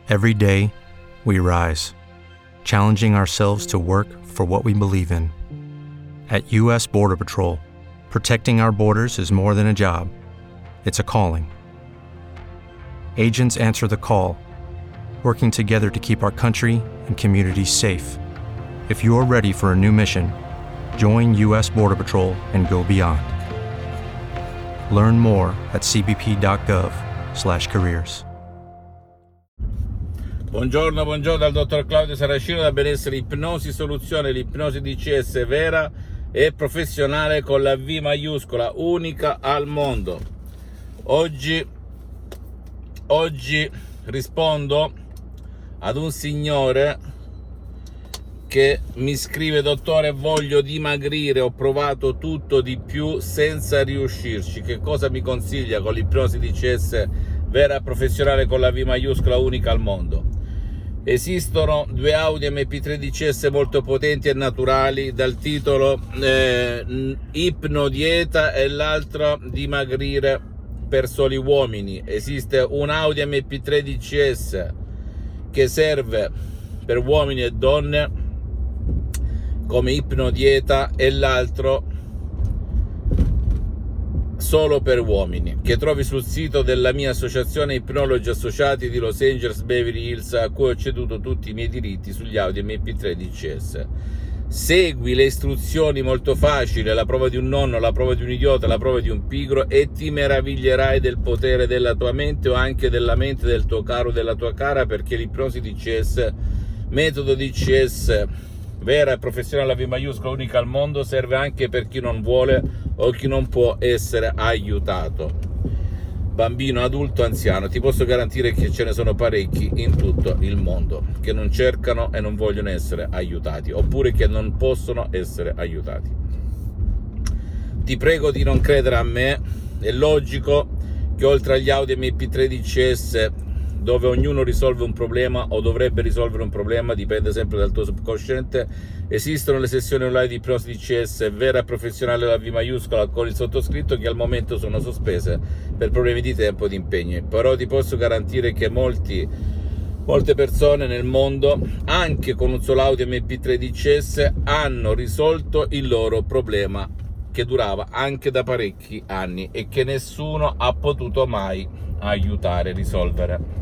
Every day, we rise, challenging ourselves to work for what we believe in. At U.S. Border Patrol, protecting our borders is more than a job. It's a calling. Agents answer the call, working together to keep our country and communities safe. If you're ready for a new mission, join U.S. Border Patrol and go beyond. Learn more at cbp.gov/careers. Buongiorno dal dottor Claudio Saracino da Benessere Ipnosi Soluzione, l'ipnosi DCS vera e professionale con la V maiuscola, unica al mondo. Oggi rispondo ad un signore che mi scrive: dottore, voglio dimagrire, ho provato tutto di più senza riuscirci, che cosa mi consiglia con l'ipnosi DCS vera e professionale con la V maiuscola, unica al mondo? Esistono due audio MP3 DCS molto potenti e naturali dal titolo Ipnodieta e l'altro Dimagrire per soli uomini. Esiste un audio MP3 DCS che serve per uomini e donne come Ipnodieta e l'altro solo per uomini, che trovi sul sito della mia associazione Ipnologi Associati di Los Angeles Beverly Hills, a cui ho ceduto tutti i miei diritti sugli audio MP3 DCS. Segui le istruzioni molto facili, la prova di un nonno, la prova di un idiota, la prova di un pigro, e ti meraviglierai del potere della tua mente o anche della mente del tuo caro o della tua cara, perché l'ipnosi DCS, metodo DCS vera e professionale la V maiuscola, unica al mondo, serve anche per chi non vuole o chi non può essere aiutato. Bambino, adulto, anziano, ti posso garantire che ce ne sono parecchi in tutto il mondo che non cercano e non vogliono essere aiutati, oppure che non possono essere aiutati. Ti prego di non credere a me. È logico che oltre agli audio MP3 DCS, dove ognuno risolve un problema o dovrebbe risolvere un problema, dipende sempre dal tuo subconsciente, esistono le sessioni online di ipnosi DCS vera e professionale la V maiuscola con il sottoscritto, che al momento sono sospese per problemi di tempo e di impegni. Però ti posso garantire che molte persone nel mondo, anche con un solo audio MP3 DCS, hanno risolto il loro problema, che durava anche da parecchi anni e che nessuno ha potuto mai aiutare a risolvere.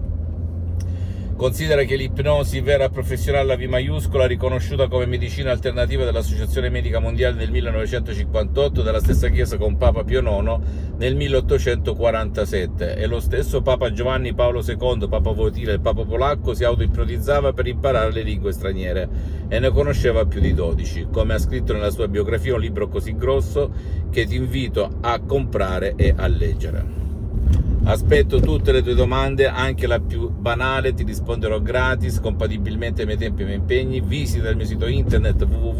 Considera che l'ipnosi vera e professionale la V maiuscola, riconosciuta come medicina alternativa dall'Associazione Medica Mondiale nel 1958, dalla stessa chiesa con Papa Pio IX nel 1847, e lo stesso Papa Giovanni Paolo II, Papa Wojtyła, il Papa polacco, si autoipnotizzava per imparare le lingue straniere e ne conosceva più di 12, come ha scritto nella sua biografia, un libro così grosso che ti invito a comprare e a leggere. Aspetto tutte le tue domande, anche la più banale, ti risponderò gratis, compatibilmente ai miei tempi e ai miei impegni. Visita il mio sito internet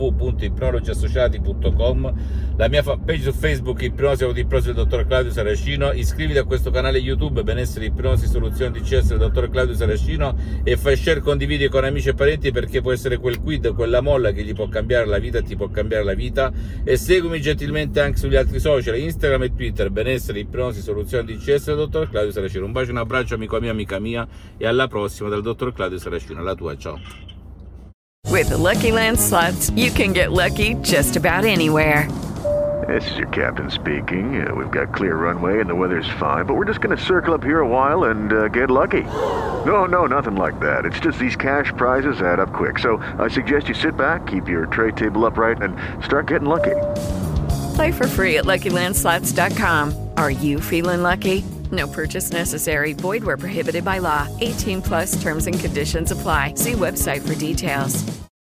www.ipnologiassociati.com, la mia fanpage su Facebook Ipnosi Autoipnosi del dottor Claudio Saracino, iscriviti a questo canale YouTube Benessere Ipnosi Soluzioni DCS del dottor Claudio Saracino e fai share, condividi con amici e parenti, perché può essere quel quid, quella molla che gli può cambiare la vita e ti può cambiare la vita. E seguimi gentilmente anche sugli altri social, Instagram e Twitter, Benessere Ipnosi Soluzioni DCS del dottor Claudio Saracino. Un bacio, un abbraccio, amico mio, amica mia, e alla prossima dal dottor Claudio Saracino, la tua, ciao. With the Lucky Land Slots, you can get lucky just about anywhere. This is your captain speaking. We've got clear runway and the weather's fine, but we're just going to circle up here a while and get lucky. No, nothing like that. It's just these cash prizes add up quick. So I suggest you sit back, keep your tray table upright, and start getting lucky. Play for free at LuckyLandSlots.com. Are you feeling lucky? No purchase necessary. Void where prohibited by law. 18+ terms and conditions apply. See website for details.